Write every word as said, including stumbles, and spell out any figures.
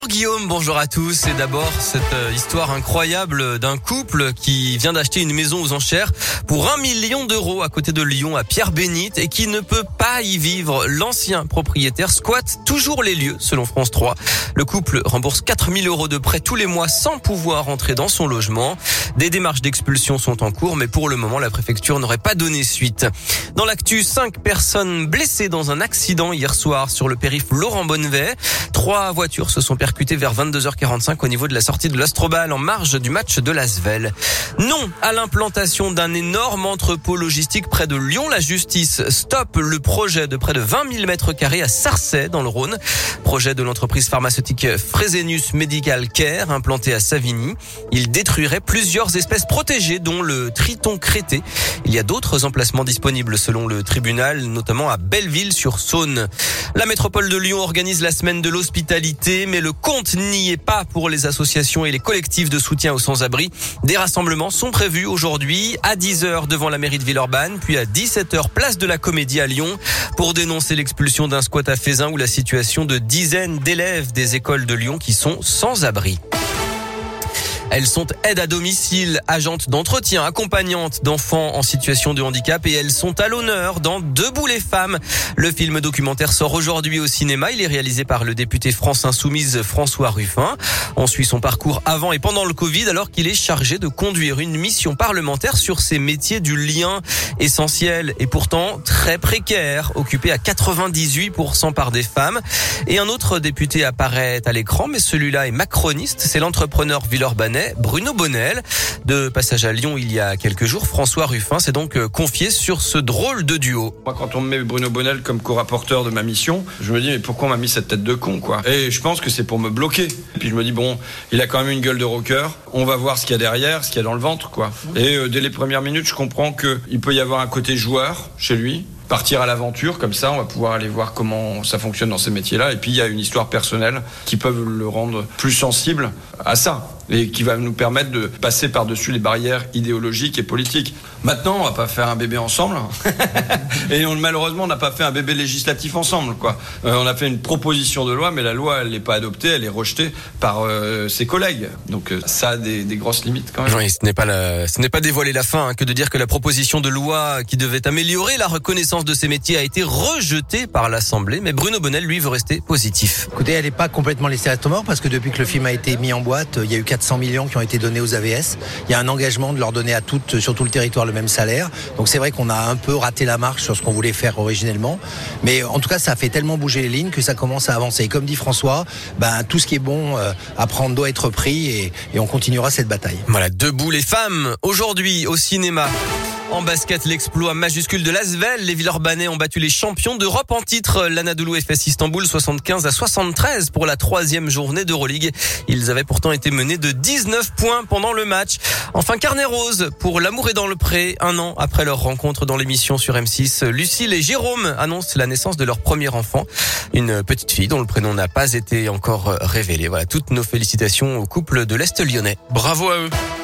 Guillaume, bonjour à tous. Et d'abord, cette histoire incroyable d'un couple qui vient d'acheter une maison aux enchères pour un million d'euros à côté de Lyon, à Pierre-Bénite, et qui ne peut pas y vivre. L'ancien propriétaire squatte toujours les lieux, selon France trois. Le couple rembourse quatre mille euros de prêt tous les mois sans pouvoir entrer dans son logement. Des démarches d'expulsion sont en cours, mais pour le moment, la préfecture n'aurait pas donné suite. Dans l'actu, cinq personnes blessées dans un accident hier soir sur le périph' Laurent Bonnevet. Trois voitures se sont percutées vers vingt-deux heures quarante-cinq au niveau de la sortie de l'Astrobal en marge du match de l'Asvel. Non à l'implantation d'un énorme entrepôt logistique près de Lyon. La justice stoppe le projet de près de vingt mille mètres carrés à Sarcey dans le Rhône. Projet de l'entreprise pharmaceutique Fresenius Medical Care implanté à Savigny. Il détruirait plusieurs espèces protégées dont le triton crété. Il y a d'autres emplacements disponibles selon le tribunal, notamment à Belleville-sur-Saône. La métropole de Lyon organise la semaine de l'hospitalité, mais le compte n'y est pas pour les associations et les collectifs de soutien aux sans-abri. Des rassemblements sont prévus aujourd'hui à dix heures devant la mairie de Villeurbanne, puis à dix-sept heures place de la Comédie à Lyon pour dénoncer l'expulsion d'un squat à Feyzin ou la situation de dizaines d'élèves des écoles de Lyon qui sont sans abri. Elles sont aides à domicile, agentes d'entretien, accompagnantes d'enfants en situation de handicap et elles sont à l'honneur dans Debout les femmes. Le film documentaire sort aujourd'hui au cinéma. Il est réalisé par le député France Insoumise François Ruffin. On suit son parcours avant et pendant le Covid alors qu'il est chargé de conduire une mission parlementaire sur ces métiers du lien essentiel et pourtant très précaire, occupé à quatre-vingt-dix-huit pour cent par des femmes. Et un autre député apparaît à l'écran, mais celui-là est macroniste. C'est l'entrepreneur villeurbanais Bruno Bonnel. De passage à Lyon il y a quelques jours, François Ruffin s'est donc confié sur ce drôle de duo. Moi, quand on me met Bruno Bonnel comme co-rapporteur de ma mission, je me dis mais pourquoi on m'a mis cette tête de con quoi. Et je pense que c'est pour me bloquer. Puis je me dis bon, il a quand même une gueule de rocker. On va voir ce qu'il y a derrière, ce qu'il y a dans le ventre quoi. Et euh, dès les premières minutes, je comprends que il peut y avoir un côté joueur chez lui. Partir à l'aventure, comme ça, on va pouvoir aller voir comment ça fonctionne dans ces métiers-là. Et puis, il y a une histoire personnelle qui peut le rendre plus sensible à ça et qui va nous permettre de passer par-dessus les barrières idéologiques et politiques. Maintenant, on va pas faire un bébé ensemble. Et on, malheureusement, on n'a pas fait un bébé législatif ensemble, quoi. Euh, on a fait une proposition de loi, mais la loi, elle n'est pas adoptée, elle est rejetée par euh, ses collègues. Donc, euh, ça a des, des grosses limites, quand même. Oui, ce n'est pas la, ce n'est pas dévoiler la fin, hein, que de dire que la proposition de loi qui devait améliorer la reconnaissance de ces métiers a été rejetée par l'Assemblée. Mais Bruno Bonnel, lui, veut rester positif. Écoutez, elle n'est pas complètement laissée à mort parce que depuis que le film a été mis en boîte, il y a eu quatre cents millions qui ont été donnés aux A V S. Il y a un engagement de leur donner à toutes, sur tout le territoire, le même salaire. Donc c'est vrai qu'on a un peu raté la marche sur ce qu'on voulait faire originellement. Mais en tout cas, ça a fait tellement bouger les lignes que ça commence à avancer. Et comme dit François, ben, tout ce qui est bon euh, à prendre doit être pris et, et on continuera cette bataille. Voilà, Debout les femmes, aujourd'hui au cinéma. En basket, l'exploit majuscule de l'Asvel. Les Villeurbanais ont battu les champions d'Europe en titre. L'Anadolu F S Istanbul, soixante-quinze à soixante-treize pour la troisième journée d'Euroleague. Ils avaient pourtant été menés de dix-neuf points pendant le match. Enfin, carnet rose pour L'amour est dans le pré. Un an après leur rencontre dans l'émission sur M six, Lucille et Jérôme annoncent la naissance de leur premier enfant. Une petite fille dont le prénom n'a pas été encore révélé. Voilà, toutes nos félicitations au couple de l'Est lyonnais. Bravo à eux.